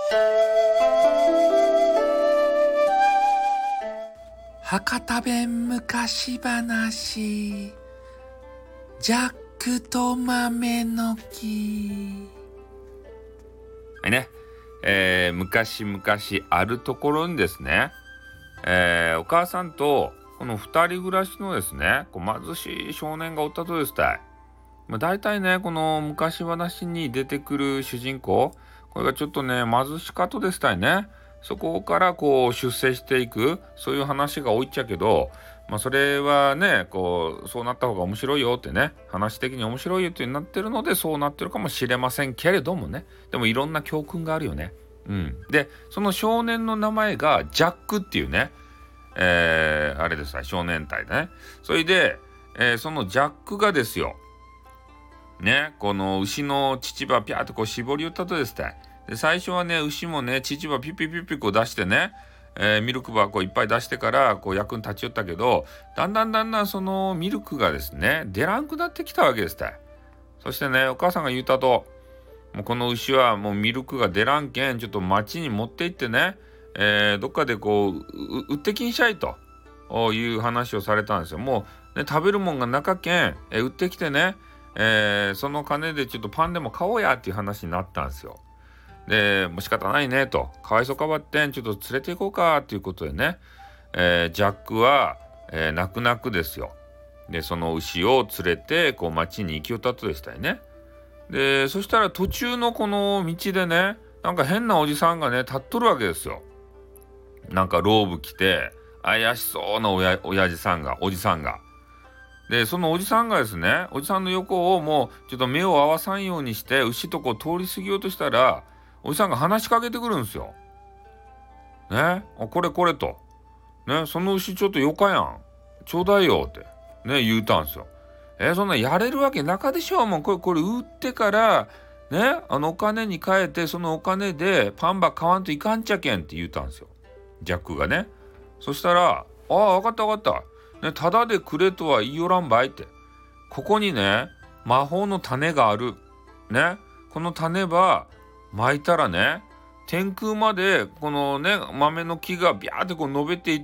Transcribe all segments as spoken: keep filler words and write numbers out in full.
博多弁昔話、ジャックと豆の木。はいね、えー、昔々あるところにですね、えー、お母さんとこの二人暮らしのですね、こう貧しい少年がおったとですたい。まあ、大体ね、この昔話に出てくる主人公、これがちょっとね、貧しかとですたいね。そこからこう出世していく、そういう話が多いっちゃけど、まあそれはね、こう、そうなった方が面白いよってね、話的に面白いよってなってるので、そうなってるかもしれませんけれどもね。でもいろんな教訓があるよね。うん。で、その少年の名前がジャックっていうね、えー、あれですわ、少年隊ね。それで、えー、そのジャックがですよ、ね、この牛の乳歯ピャーってこう絞り寄ったとですたい。で最初はね、牛もね、乳歯ピュピュピュピュこう出してね、えー、ミルクバーこういっぱい出してからこう役に立ち寄ったけど、だんだんだんだんそのミルクがですね、出らんくなってきたわけですたい。そしてね、お母さんが言ったと、もうこの牛はもうミルクが出らんけん、ちょっと町に持って行ってね、えー、どっかでこう、売ってきんしゃいという話をされたんですよ。もう、ね、食べるもんがなかけん、えー、売ってきてね、えー、その金でちょっとパンでも買おうやっていう話になったんですよ。で、もう仕方ないねと、かわいそうかばってん、ちょっと連れて行こうかっていうことでね、えー、ジャックは、えー、泣く泣くですよ。で、その牛を連れて、こう町に行きよったとでしたよね。で、そしたら途中のこの道でね、なんか変なおじさんがね、立っとるわけですよ。なんかローブ着て、怪しそうなおや、おやじさんが、おじさんが。で、そのおじさんがですね、おじさんの横をもうちょっと目を合わさんようにして牛とこう通り過ぎようとしたら、おじさんが話しかけてくるんですよ。ね、あこれこれと。ね、その牛ちょっとよかやん。ちょうだいよって。ね、言うたんですよ。えー、そんなやれるわけなかでしょう。もうこれ、これ売ってから、ね、あのお金に変えて、そのお金でパンバ買わんといかんちゃけんって言うたんですよ。ジャックがね。そしたら、ああ、わかったわかった。ね、ただでくれとは言いよらんばいって。ここにね、魔法の種がある。ね、この種ば、巻いたらね、天空までこのね豆の木がビャーってこう伸びていって、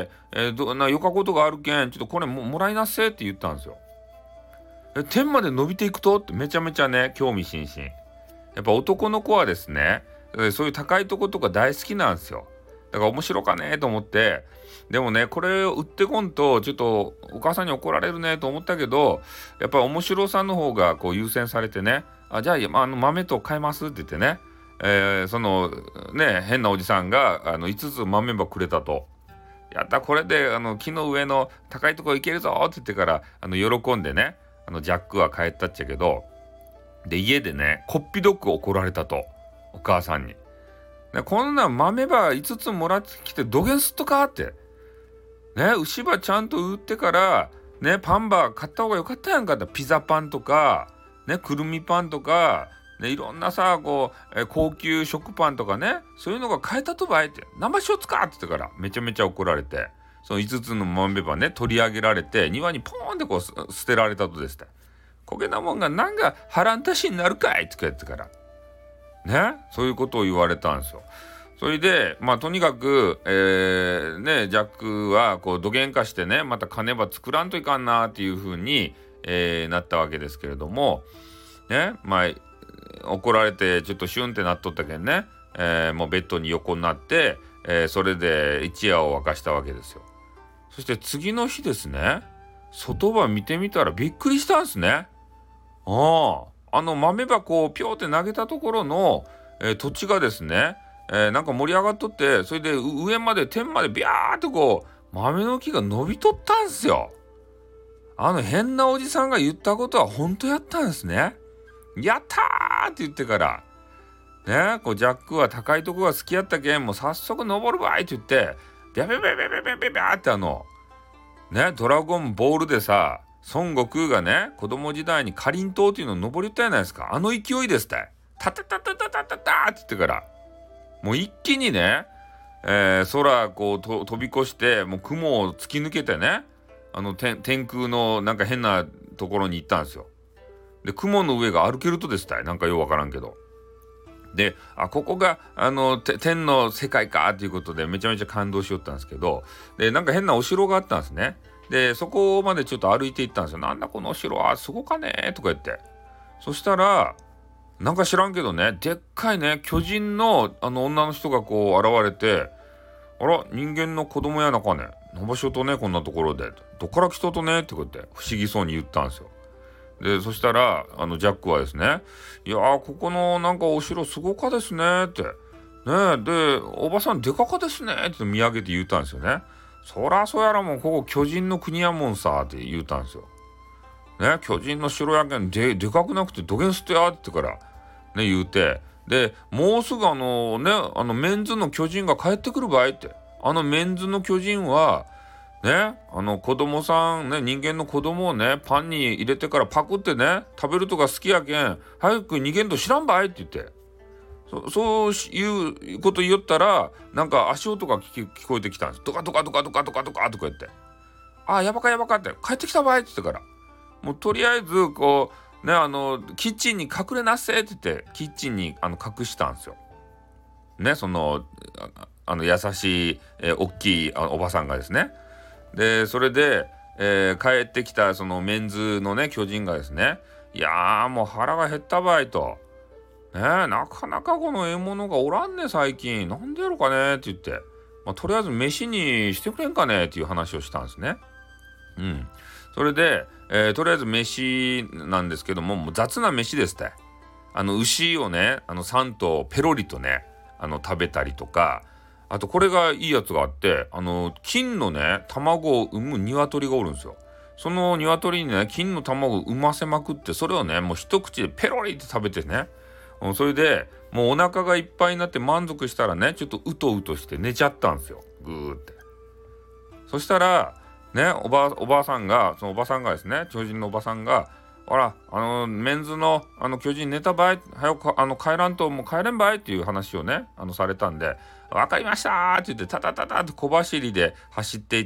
えー、どなよかことがあるけんちょっとこれ も, もらいなっせって言ったんですよ。え天まで伸びていくとってめちゃめちゃね興味津々。やっぱ男の子はですね、そういう高いとことか大好きなんですよ。だから面白かねと思って、でもねこれを売ってこんとちょっとお母さんに怒られるねと思ったけど、やっぱ面白さの方がこう優先されてね、あじゃあ、まあ、あの豆と買いますって言ってね、えー、そのね変なおじさんがあのいつつ豆ばくれたと。やったこれであの木の上の高いとこ行けるぞって言ってからあの喜んでね、あのジャックは帰ったっちゃけど、で家でねこっぴどく怒られたと、お母さんに。でこんなん豆ばいつつもらってきてどげんすっとかってね、牛ばちゃんと売ってからねパンば買った方がよかったやんかって。ピザパンとかねくるみパンとかね、いろんなさこう、え高級食パンとかね、そういうのが買えたとばいって生しょつかって言ってからめちゃめちゃ怒られて、そのいつつの豆ばね取り上げられて庭にポーンってこう捨てられたとですって。こげなもんがなんか腹んたしになるかいって言ってからね、そういうことを言われたんですよ。それでまあとにかく、えー、ねジャックはこうどげんかしてねまた金ば作らんといかんなっていう風に、えー、なったわけですけれどもね、まあ怒られてちょっとシュンってなっとったけんね、えー、もうベッドに横になって、えー、それで一夜を明かしたわけですよ。そして次の日ですね、外場見てみたらびっくりしたんですね。ああ、あの豆箱をピョーって投げたところの、えー、土地がですね、えー、なんか盛り上がっとって、それで上まで天までビャーってこう豆の木が伸びとったんすよ。あの変なおじさんが言ったことは本当やったんですね。やったーって言ってからね、こうジャックは高いとこが好きやったけんもう早速登るばいって言ってビャビャビャビャビャビャビャビャってあのねドラゴンボールでさ孫悟空がね子供時代にかりんとうっていうのを登りったやないですか。あの勢いですってタタタタタタタタって言ってからもう一気にね、えー、空こうと飛び越してもう雲を突き抜けてね、あの天天空のなんか変なところに行ったんですよ。で雲の上が歩けるとですたい、なんかようわからんけどで、あ、ここがあの天の世界かということでめちゃめちゃ感動しよったんですけど、でなんか変なお城があったんですね。でそこまでちょっと歩いていったんですよ。なんだこのお城はすごかねとか言って、そしたらなんか知らんけどね、でっかいね巨人のあの女の人がこう現れて、あら人間の子供やなかね、伸ばしようとねこんなところで、どっから来ととねってこうやって不思議そうに言ったんですよ。でそしたらあのジャックはですね、いやーここのなんかお城すごかですねって、ねえ、でおばさんでかかですねって見上げて言ったんですよね。そらそうやらもうここ巨人の国やもんさって言ったんですよ。ね、巨人の城やけんででかくなくてどげんすってやってからね言うて、でもうすぐあのねあのメンズの巨人が帰ってくる場合って、あのメンズの巨人はね、あの子供さんね、人間の子供をねパンに入れてからパクってね食べるとか好きやけん早く逃げんと知らんばいって言って、そそういうこと言ったらなんか足音が聞, 聞こえてきたんです。ドカドカドカドカドカドカとか言って、あやばかやばかって帰ってきたばいって言ってから、もうとりあえずこうねあのキッチンに隠れなっせって言ってキッチンにあの隠したんですよ。ね、そのああの優しい、えー、大きいあのおばさんがですね。でそれで、えー、帰ってきたそのメンズのね巨人がですね、いやーもう腹が減ったばいと、ね、なかなかこの獲物がおらんね最近、なんでやろかねって言って、まあ、とりあえず飯にしてくれんかねっていう話をしたんですね。うん、それで、えー、とりあえず飯なんですけども、もう雑な飯ですって、あの牛をねあのさん頭ペロリとねあの食べたりとか、あとこれがいいやつがあって、あの金のね卵を産む鶏がおるんですよ。その鶏にね金の卵を産ませまくって、それをねもう一口でペロリって食べてね、それでもうお腹がいっぱいになって満足したらねちょっとうとうとして寝ちゃったんですよ、ぐーって。そしたらねおばおばあさんがそのおばさんがですね、超人のおばさんが、あらあのメンズのあの巨人寝たばい、早くあの帰らんともう帰れんばいっていう話をねあのされたんで、分かりましたって言ってタタタタって小走りで走っていって、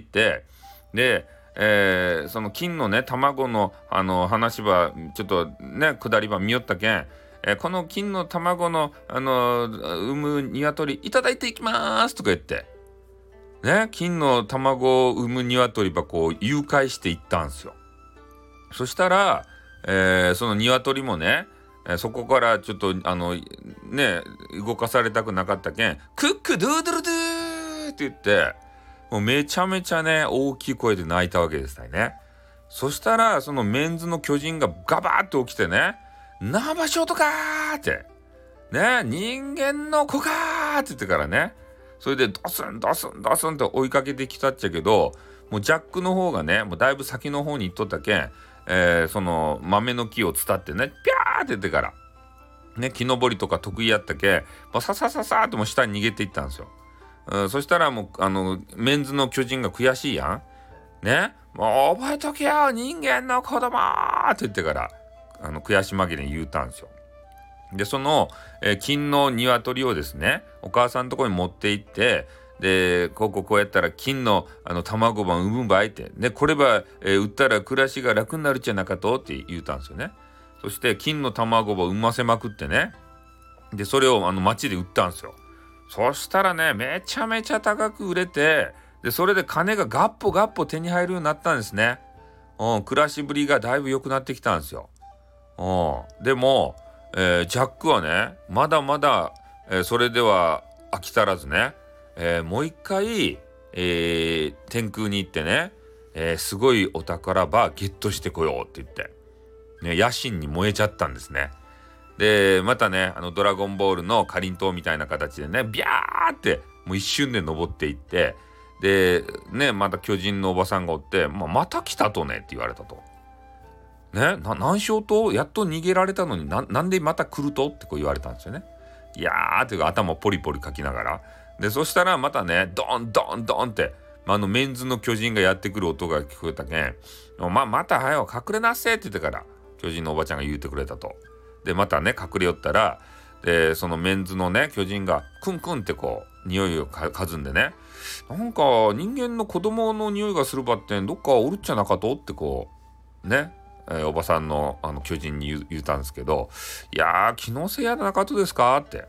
で、えー、その金のね卵のあの話はちょっとね下り場見よったけん、えー、この金の卵のあの産む鶏いただいていきますとか言ってね、金の卵を産む鶏ばこう誘拐していったんですよ。そしたらえー、その鶏もね、えー、そこからちょっとあのね動かされたくなかったけんクックドゥードゥルドゥーって言って、もうめちゃめちゃね大きい声で泣いたわけですね。そしたらそのメンズの巨人がガバーって起きてね、ナバショートかーってね、人間の子かーって言ってからね、それでドスンドスンドスンと追いかけてきたっちゃけど、もうジャックの方がねもうだいぶ先の方に行っとったけん、えー、その豆の木を伝ってねピャーって言ってからね木登りとか得意やったけ、もうささささーっともう下に逃げていったんですよ。うん、そしたらもうあのメンズの巨人が悔しいやんね、もう覚えとけよ人間の子供って言ってからあの悔し紛れに言うたんですよ。でその、えー、金の鶏をですねお母さんのところに持って行って、でこうこうこうやったら金のあの卵ば産むばいって、でこれば、えー、売ったら暮らしが楽になるじゃなかとって言うたんですよね。そして金の卵ば産ませまくってね、でそれをあの街で売ったんですよ。そしたらねめちゃめちゃ高く売れて、でそれで金がガッポガッポ手に入るようになったんですね。うん、暮らしぶりがだいぶ良くなってきたんですよ。うん、でも、えー、ジャックはねまだまだ、えー、それでは飽き足らずね、えー、もう一回、えー、天空に行ってね、えー、すごいお宝ばゲットしてこようって言って、ね、野心に燃えちゃったんですね。でまたねあのドラゴンボールのかりんとうみたいな形でねビャーってもう一瞬で登っていって、でねまた巨人のおばさんがおって、まあ、また来たとねって言われたと。ね、な何しようとやっと逃げられたのに な, なんでまた来るとってこう言われたんですよね。いやーっていうか頭ポリポリかきながら、でそしたらまたねドンドンドンって、まあ、あのメンズの巨人がやってくる音が聞こえたけん、まあ、また早く隠れなっせって言ってから巨人のおばちゃんが言うてくれたと。でまたね隠れよったら、でそのメンズのね巨人がクンクンってこう匂いをかかずんでね、なんか人間の子供の匂いがするばってんどっかおるっちゃなかとってこうね、えー、おばさんのあの巨人に 言, う言うたんですけど、いやー気のせいやなかとですかって、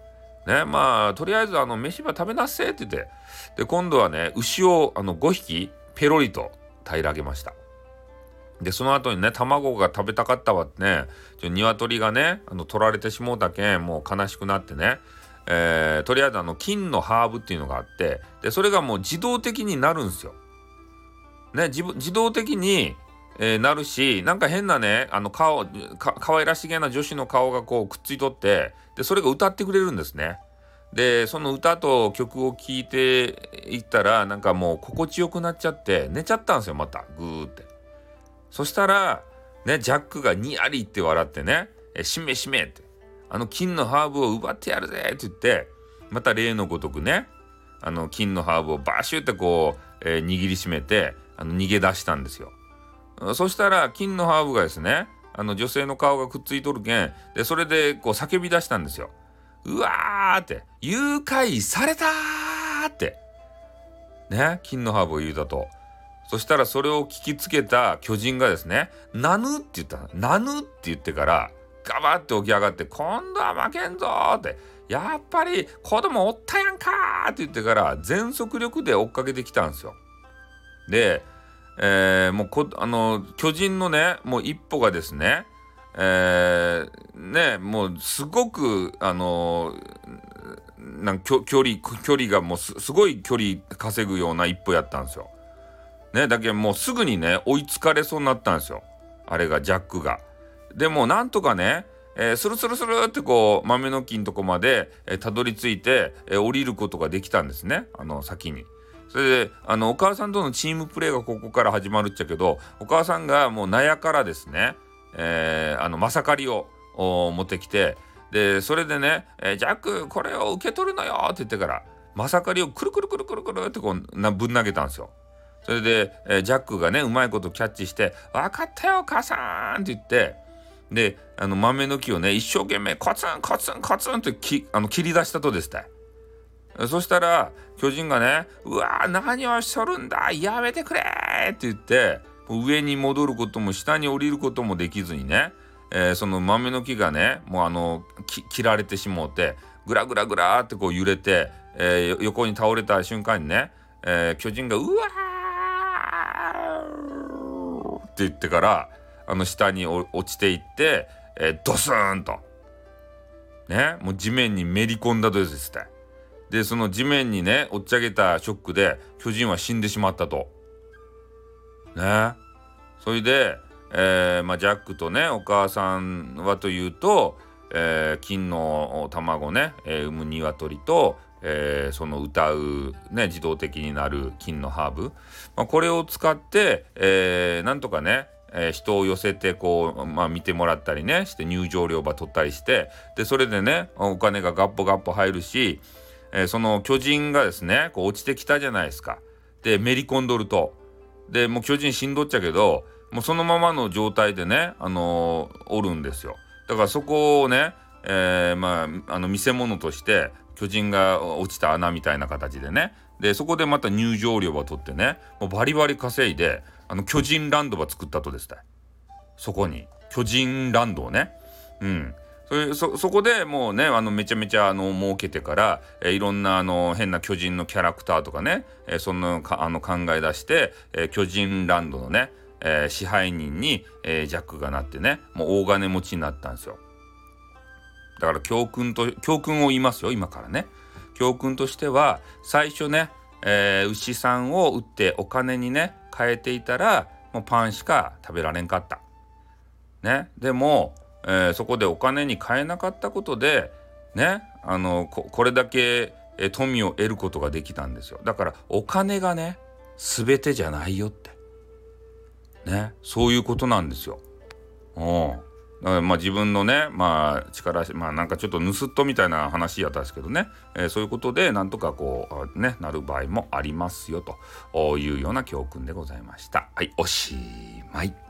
ね、まあとりあえずあの飯ば食べなっせって言って、で今度はね牛をあのごひきペロリと平らげました。でその後にね卵が食べたかったわってね、ちょ鶏がねあの取られてしもうたけんもう悲しくなってね、えー、とりあえずあの金のハーブっていうのがあって、でそれがもう自動的になるんですよ。ね、自自動的に、えーなるし、なんか変なねあの顔か可愛らしげな女子の顔がこうくっついとって、でそれが歌ってくれるんですね。でその歌と曲を聴いていったらなんかもう心地よくなっちゃって寝ちゃったんですよ、またグーって。そしたらねジャックがにやりって笑ってね、えしめしめってあの金のハーブを奪ってやるぜって言って、また例のごとくねあの金のハーブをバシュってこう、えー握りしめてあの逃げ出したんですよ。そしたら金のハーブがですねあの女性の顔がくっついとるけんで、それでこう叫び出したんですよ。うわーって誘拐されたーってね、金のハーブを言うだと。そしたらそれを聞きつけた巨人がですね、なぬって言ったの。なぬって言ってからガバって起き上がって、今度は負けんぞーって、やっぱり子供おったやんかーって言ってから全速力で追っかけてきたんですよ。で、えーもうこあの巨人のねもう一歩がですね、えーねもうすごくあのなんか距距離距離がもう す, すごい距離稼ぐような一歩やったんですよ。ね、だけどもうすぐにね追いつかれそうになったんですよ、あれがジャックが。でもなんとかね、えー、スルスルスルってこう豆の木のとこまで、えー、たどり着いて、えー、降りることができたんですね、あの先に。それであのお母さんとのチームプレーがここから始まるっちゃけど、お母さんがもう納屋からですね、えー、あのマサカリを持ってきて、でそれでね、えー、ジャックこれを受け取るのよって言ってからマサカリをくるくるくるくるくるってこうなぶん投げたんですよ。それで、えー、ジャックがねうまいことキャッチして「分かったよ母さん」って言って、であの豆の木をね一生懸命コツンコツンコツンってきあの切り出したとですたい。そしたら巨人がね「うわー何をしとるんだやめてくれ!」って言って、上に戻ることも下に降りることもできずにね、えーその豆の木がねもうあのき切られてしもうて、グラグラグラってこう揺れて、えー横に倒れた瞬間にね、えー巨人が「うわー!」って言ってからあの下に落ちていって、えードスーンとねもう地面にめり込んだとですって。でその地面にね落ち上げたショックで巨人は死んでしまったとね。それで、えーまあ、ジャックとねお母さんはというと、えー金の卵ね、えー産む鶏と、えーその歌うね自動的になる金のハーブ、まあ、これを使って、えーなんとかね、えー人を寄せてこう、まあ、見てもらったりねして入場料ば取ったりして、でそれでねお金がガッポガッポ入るし、えーその巨人がですねこう落ちてきたじゃないですか。でめり込んどると、でもう巨人死んどっちゃけどもうそのままの状態でね、あのーおるんですよ。だからそこをね、えーまあ、あの見せ物として巨人が落ちた穴みたいな形でね、でそこでまた入場料ば取ってねもうバリバリ稼いで、あの巨人ランドば作ったとですたい。そこに巨人ランドをね、うんそれ そ, そこでもうねあのめちゃめちゃあの儲けてから、えーいろんなあの変な巨人のキャラクターとかね、えーそんなのかあの考え出して、えー巨人ランドのね、えー支配人に、えージャックがなってねもう大金持ちになったんですよ。だから教訓と教訓を言いますよ今からね。教訓としては最初ね、えー牛さんを売ってお金にね変えていたらもうパンしか食べられんかったね。でも、えーそこでお金に変えなかったことでねあの こ, これだけ、えー富を得ることができたんですよ。だからお金がね全てじゃないよってね、そういうことなんですよ。うんだからまあ自分のねまあ力まあなんかちょっと盗っ人みたいな話やったんですけどね、えーそういうことでなんとかこうねなる場合もありますよというような教訓でございました。はい、おしまい。